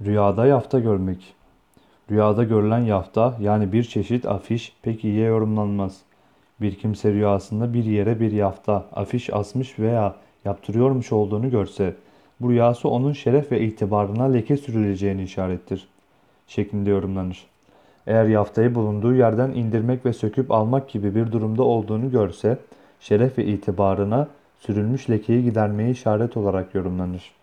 Rüyada yafta görmek. Rüyada görülen yafta yani bir çeşit afiş pek iyiye yorumlanmaz. Bir kimse rüyasında bir yere bir yafta, afiş asmış veya yaptırıyormuş olduğunu görse, bu rüyası onun şeref ve itibarına leke sürüleceğini işarettir şeklinde yorumlanır. Eğer yaftayı bulunduğu yerden indirmek ve söküp almak gibi bir durumda olduğunu görse, şeref ve itibarına sürülmüş lekeyi gidermeye işaret olarak yorumlanır.